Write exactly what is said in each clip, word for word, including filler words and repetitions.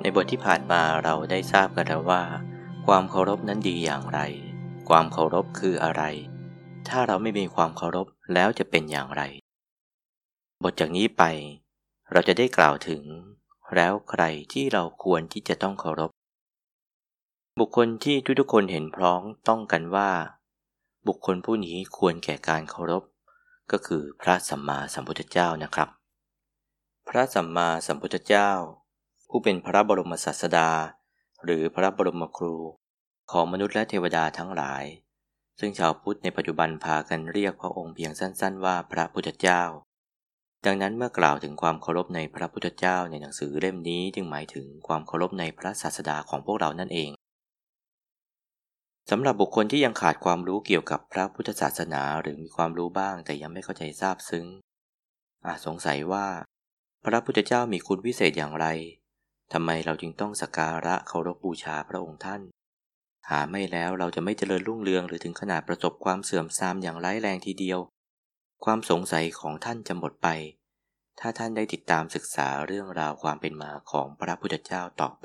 บทที่ผ่านมาเราได้ทราบกันแล้วว่าความเคารพนั้นดีอย่างไรความเคารพคืออะไรถ้าเราไม่มีความเคารพแล้วจะเป็นอย่างไรบทจากนี้ไปเราจะได้กล่าวถึงแล้วใครที่เราควรที่จะต้องเคารพบุคคลที่ทุกๆคนเห็นพ้องต้องกันว่าบุคคลผู้นี้ควรแก่การเคารพก็คือพระสัมมาสัมพุทธเจ้านะครับพระสัมมาสัมพุทธเจ้าผู้เป็นพระบรมศาสดาหรือพระบรมครูของมนุษย์และเทวดาทั้งหลายซึ่งชาวพุทธในปัจจุบันพากันเรียกพระองค์เพียงสั้นๆว่าพระพุทธเจ้าดังนั้นเมื่อกล่าวถึงความเคารพในพระพุทธเจ้าในหนังสือเล่มนี้จึงหมายถึงความเคารพในพระศาสดาของพวกเรานั่นเองสำหรับบุคคลที่ยังขาดความรู้เกี่ยวกับพระพุทธศาสนาหรือมีความรู้บ้างแต่ยังไม่เข้าใจซาบซึ้งอาจสงสัยว่าพระพุทธเจ้ามีคุณวิเศษอย่างไรทำไมเราจึงต้องสักการะเคารพบูชาพระองค์ท่านหาไม่แล้วเราจะไม่เจริญรุ่งเรืองหรือถึงขนาดประสบความเสื่อมทรามอย่างร้ายแรงทีเดียวความสงสัยของท่านจะหมดไปถ้าท่านได้ติดตามศึกษาเรื่องราวความเป็นมาของพระพุทธเจ้าต่อไป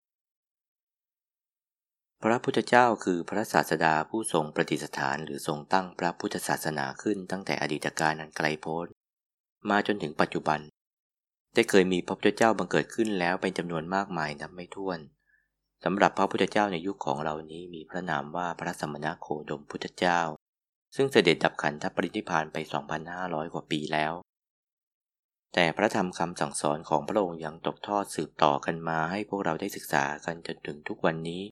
พระพุทธเจ้าคือพระศาสดาผู้ทรงประดิษฐานหรือทรงตั้งพระพุทธศาสนาขึ้นตั้งแต่อดีตกาลอันไกลโพ้นมาจนถึงปัจจุบันได้เคยมีพระพุทธเจ้าบังเกิดขึ้นแล้วเป็นจำนวนมากมายนับไม่ถ้วนสำหรับพระพุทธเจ้าในยุคของเรานี้มีพระนามว่าพระสมณโคดมพุทธเจ้าซึ่งเสด็จดับขันธปรินิพพานไป สองพันห้าร้อย กว่าปีแล้วแต่พระธรรมคำสั่งสอนของพระองค์ยังตกทอดสืบต่อกันมาให้พวกเราได้ศึกษากันจนถึงทุกวันนี้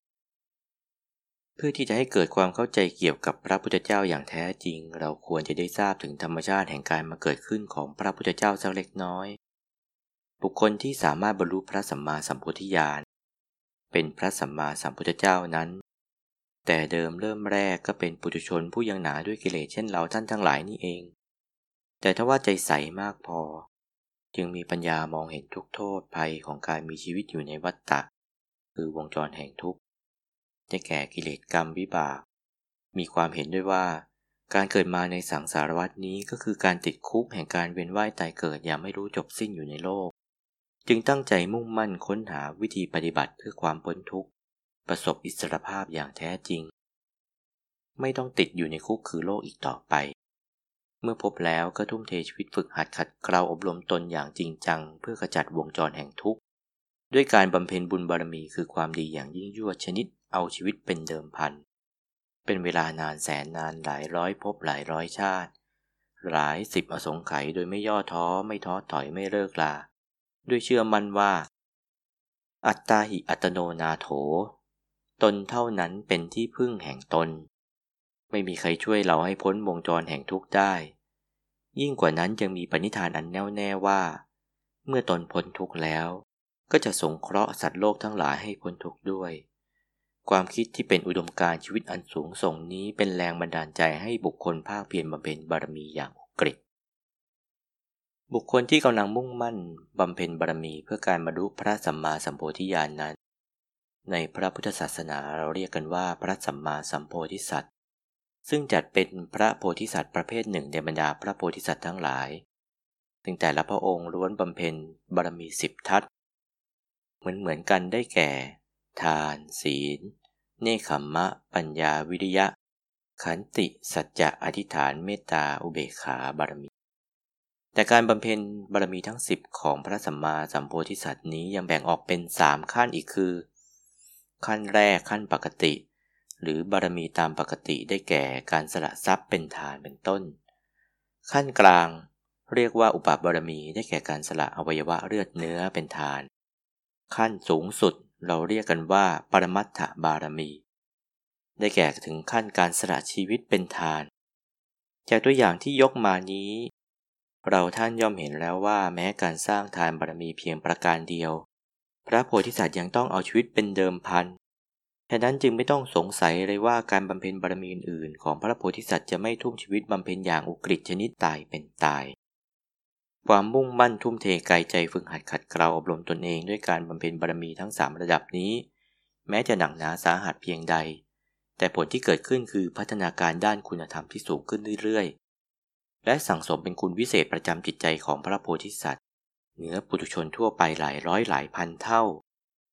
เพื่อที่จะให้เกิดความเข้าใจเกี่ยวกับพระพุทธเจ้าอย่างแท้จริงเราควรจะได้ทราบถึงธรรมชาติแห่งการมาเกิดขึ้นของพระพุทธเจ้าสักเล็กน้อยบุคคลที่สามารถบรรลุพระสัมมาสัมโพธิญาณเป็นพระสัมมาสัมพุทธเจ้านั้นแต่เดิมเริ่มแรกก็เป็นปุถุชนผู้ยังหนาด้วยกิเลสเช่นเราท่านทั้งหลายนี่เองแต่ถ้าว่าใจใสมากพอจึงมีปัญญามองเห็นทุกโทษภัยของการมีชีวิตอยู่ในวัฏฏะคือวงจรแห่งทุกข์ได้แก่กิเลสกรรมวิบากมีความเห็นด้วยว่าการเกิดมาในสังสารวัฏนี้ก็คือการติดคุกแห่งการเวียนว่ายตายเกิดอย่างไม่รู้จบสิ้นอยู่ในโลกจึงตั้งใจมุ่งมั่นค้นหาวิธีปฏิบัติเพื่อความพ้นทุกข์ประสบอิสรภาพอย่างแท้จริงไม่ต้องติดอยู่ในคุกคือโลกอีกต่อไปเมื่อพบแล้วก็ทุ่มเทชีวิตฝึกหัดขัดเกลาอบรมตนอย่างจริงจังเพื่อขจัดวงจรแห่งทุกข์ด้วยการบำเพ็ญบุญบารมีคือความดีอย่างยิ่งยวดชนิดเอาชีวิตเป็นเดิมพันเป็นเวลานานแสนนานหลายร้อยภพหลายร้อยชาติหลายสิบอสงไขยโดยไม่ย่อท้อไม่ท้อถอยไม่เลิกลาด้วยเชื่อมั่นว่าอัตตาหิอัตโนนาโถตนเท่านั้นเป็นที่พึ่งแห่งตนไม่มีใครช่วยเราให้พ้นวงจรแห่งทุกข์ได้ยิ่งกว่านั้นยังมีปณิธานอันแน่วแน่ว่าเมื่อตนพ้นทุกข์แล้วก็จะสงเคราะห์สัตว์โลกทั้งหลายให้พ้นทุกข์ด้วยความคิดที่เป็นอุดมการณ์ชีวิตอันสูงส่งนี้เป็นแรงบันดาลใจให้บุคคลภาคเพียรบำเพ็ญบารมีอย่างอุกฤษบุคคลที่กำลังมุ่งมั่นบำเพ็ญบารมีเพื่อการบรรลุพระสัมมาสัมโพธิญาณนั้นในพระพุทธศาสนาเราเรียกกันว่าพระสัมมาสัมโพธิสัตว์ซึ่งจัดเป็นพระโพธิสัตว์ประเภทหนึ่งในบรรดาพระโพธิสัตว์ทั้งหลายซึ่งแต่ละพระองค์ล้วนบำเพ็ญบารมีสิบทัศน์เหมือนเหมือนกันได้แก่ทานศีลเนคขัมมะปัญญาวิริยะขันติสัจจะอธิษฐานเมตตาอุเบกขาบารมีแต่การบำเพ็ญบารมีทั้งสิบของพระสัมมาสัมโพธิสัตว์นี้ยังแบ่งออกเป็นสามขั้นอีกคือขั้นแรกขั้นปกติหรือบารมีตามปกติได้แก่การสละทรัพย์เป็นทานเป็นต้นขั้นกลางเรียกว่าอุปบารมีได้แก่การสละอวัยวะเลือดเนื้อเป็นทานขั้นสูงสุดเราเรียกกันว่าปรมัตถบารมีได้แก่ถึงขั้นการสละชีวิตเป็นทานจากตัวอย่างที่ยกมานี้เราท่านย่อมเห็นแล้วว่าแม้การสร้างทานบารมีเพียงประการเดียวพระโพธิสัตว์ยังต้องเอาชีวิตเป็นเดิมพันฉะนั้นจึงไม่ต้องสงสัยเลยว่าการบำเพ็ญบารมีอื่นๆของพระโพธิสัตว์จะไม่ทุ่มชีวิตบำเพ็ญอย่างอุกฤษชนิดตายเป็นตายความมุ่งมั่นทุ่มเทกายใจฝึกหัดขัดเกลาอบรมตนเองด้วยการบำเพ็ญบารมีทั้งสามระดับนี้แม้จะหนักหนาสาหัสเพียงใดแต่ผลที่เกิดขึ้นคือพัฒนาการด้านคุณธรรมที่สูงขึ้นเรื่อยๆและสั่งสมเป็นคุณวิเศษประจำจิตใจของพระโพธิสัตว์เหนือปุถุชนทั่วไปหลายร้อยหลายพันเท่า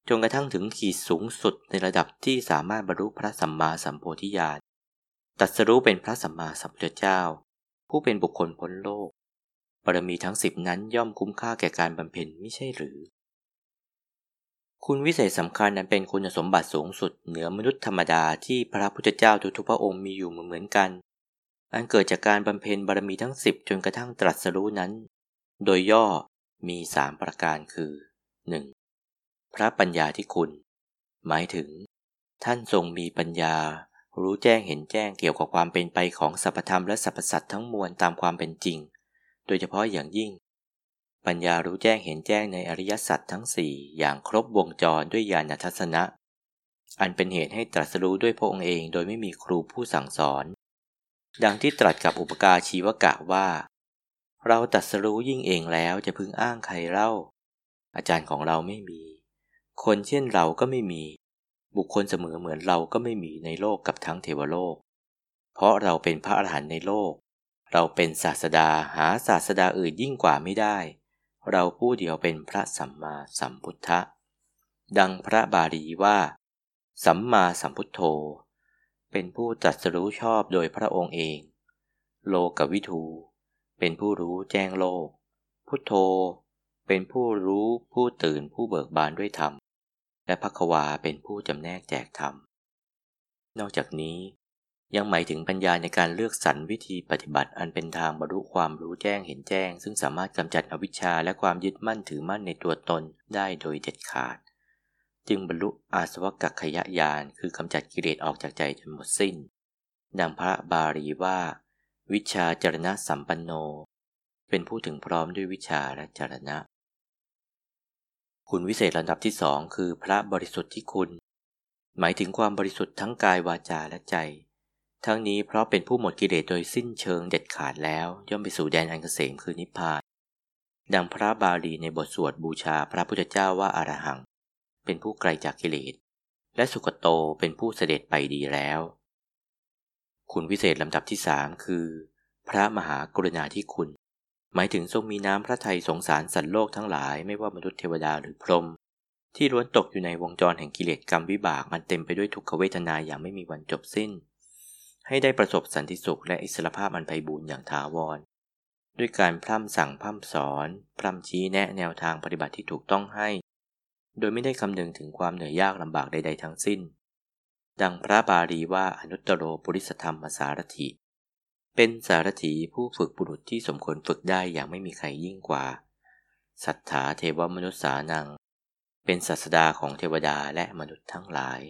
จนกระทั่งถึงขีดสูงสุดในระดับที่สามารถบรรลุพระสัมมาสัมโพธิญาณตรัสรู้เป็นพระสัมมาสัมพุทธเจ้าผู้เป็นบุคคลพ้นโลกบารมีทั้งสิบนั้นย่อมคุ้มค่าแก่การบำเพ็ญไม่ใช่หรือคุณวิเศษสำคัญนั้นเป็นคุณสมบัติสูงสุดเหนือมนุษย์ธรรมดาที่พระพุทธเจ้าทุกๆพระองค์มีอยู่เหมือนกันอันเกิดจากการบำเพ็ญบารมีทั้งสิบจนกระทั่งตรัสรู้นั้นโดยย่อมีสามประการคือ หนึ่ง. พระปัญญาที่คุณหมายถึงท่านทรงมีปัญญารู้แจ้งเห็นแจ้งเกี่ยวกับความเป็นไปของสรรพธรรมและสรรพสัตว์ทั้งมวลตามความเป็นจริงโดยเฉพาะอย่างยิ่งปัญญารู้แจ้งเห็นแจ้งในอริยสัจทั้งสี่อย่างครบวงจรด้วยญาณทัศนะอันเป็นเหตุให้ตรัสรู้ด้วยพระองค์เองโดยไม่มีครูผู้สั่งสอนดังที่ตรัสกับอุปกาชีวกะว่าเราตรัสรู้ยิ่งเองแล้วจะพึงอ้างใครเล่าอาจารย์ของเราไม่มีคนเช่นเราก็ไม่มีบุคคลเสมอเหมือนเราก็ไม่มีในโลกกับทั้งเทวโลกเพราะเราเป็นพระอรหันต์ในโลกเราเป็นศาสดาหาศาสดาอื่นยิ่งกว่าไม่ได้เราผู้เดียวเป็นพระสัมมาสัมพุทธะดังพระบาลีว่าสัมมาสัมพุทโธเป็นผู้ตรัสรู้ชอบโดยพระองค์เองโลกวิทูเป็นผู้รู้แจ้งโลกพุทโธเป็นผู้รู้ผู้ตื่นผู้เบิกบานด้วยธรรมและภควาเป็นผู้จำแนกแจกธรรมนอกจากนี้ยังหมายถึงปัญญาในการเลือกสรรวิธีปฏิบัติอันเป็นทางบรรลุความรู้แจ้งเห็นแจ้งซึ่งสามารถกำจัดอวิชชาและความยึดมั่นถือมั่นในตัวตนได้โดยเด็ดขาดจึงบรรลุอาสวกัคคยญาณคือกำจัดกิเลสออกจากใจจนหมดสิ้นดังพระบาลีว่าวิชชาจรณะสัมปันโนเป็นผู้ถึงพร้อมด้วยวิชาและจรณะคุณวิเศษระดับที่สองคือพระบริสุทธิคุณหมายถึงความบริสุทธิ์ทั้งกายวาจาและใจทั้งนี้เพราะเป็นผู้หมดกิเลสโดยสิ้นเชิงเด็ดขาดแล้วย่อมไปสู่แดนอันเกษมคือนิพพานดังพระบาลีในบทสวดบูชาพระพุทธเจ้าว่าอรหังเป็นผู้ไกลจากกิเลสและสุคโตเป็นผู้เสด็จไปดีแล้วคุณวิเศษลำดับที่สามคือพระมหากรุณาธิคุณหมายถึงทรงมีน้ำพระทัยสงสารสัตว์โลกทั้งหลายไม่ว่ามนุษย์เทวดาหรือพรหมที่ล้วนตกอยู่ในวงจรแห่งกิเลสกรรมวิบากอันเต็มไปด้วยทุกขเวทนาอย่างไม่มีวันจบสิ้นให้ได้ประสบสันติสุขและอิสรภาพอันไพบูลย์อย่างถาวรด้วยการพร่ำสั่งพร่ำสอนพร่ำชี้แนะแนวทางปฏิบัติที่ถูกต้องให้โดยไม่ได้คำนึงถึงความเหนื่อยยากลำบากใดๆทั้งสิ้นดังพระบาลีว่าอนุตตโรปุริสธรรมสารถิเป็นสารถีผู้ฝึกบุรุษที่สมควรฝึกได้อย่างไม่มีใครยิ่งกว่าสัทธาเทวมนุษสานังเป็นศาสดาของเทวดาและมนุษย์ทั้งหลาย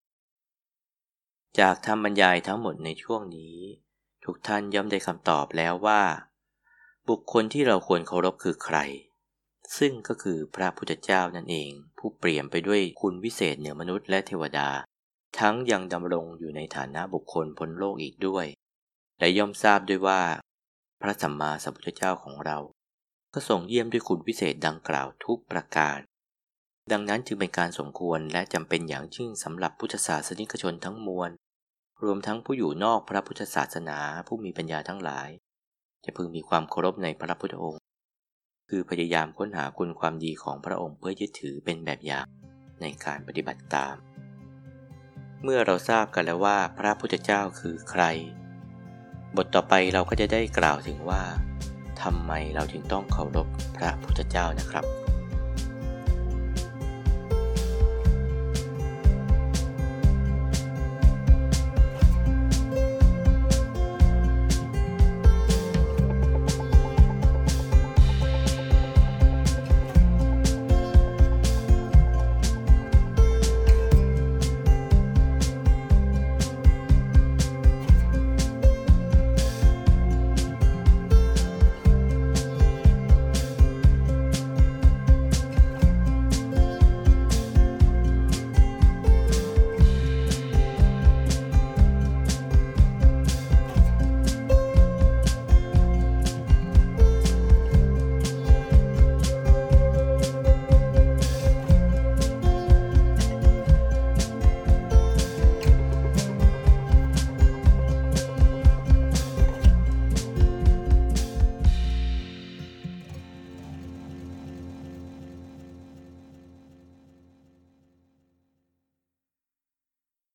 จากธรรมบรรยายทั้งหมดในช่วงนี้ทุกท่านย่อมได้คำตอบแล้วว่าบุคคลที่เราควรเคารพคือใครซึ่งก็คือพระพุทธเจ้านั่นเองผู้เปี่ยมไปด้วยคุณวิเศษเหนือมนุษย์และเทวดาทั้งยังดำรงอยู่ในฐานะบุคคลพ้นโลกอีกด้วยและย่อมทราบด้วยว่าพระสัมมาสัมพุทธเจ้าของเราก็ทรงเยี่ยมด้วยคุณวิเศษดังกล่าวทุกประการดังนั้นจึงเป็นการสมควรและจำเป็นอย่างยิ่งสำหรับพุทธศาสนิกชนทั้งมวลรวมทั้งผู้อยู่นอกพระพุทธศาสนาผู้มีปัญญาทั้งหลายจะพึงมีความเคารพในพระพุทธองค์คือพยายามค้นหาคุณความดีของพระองค์เพื่อยึดถือเป็นแบบอย่างในการปฏิบัติตามเมื่อเราทราบกันแล้วว่าพระพุทธเจ้าคือใครบทต่อไปเราก็จะได้กล่าวถึงว่าทำไมเราถึงต้องเคารพพระพุทธเจ้านะครับ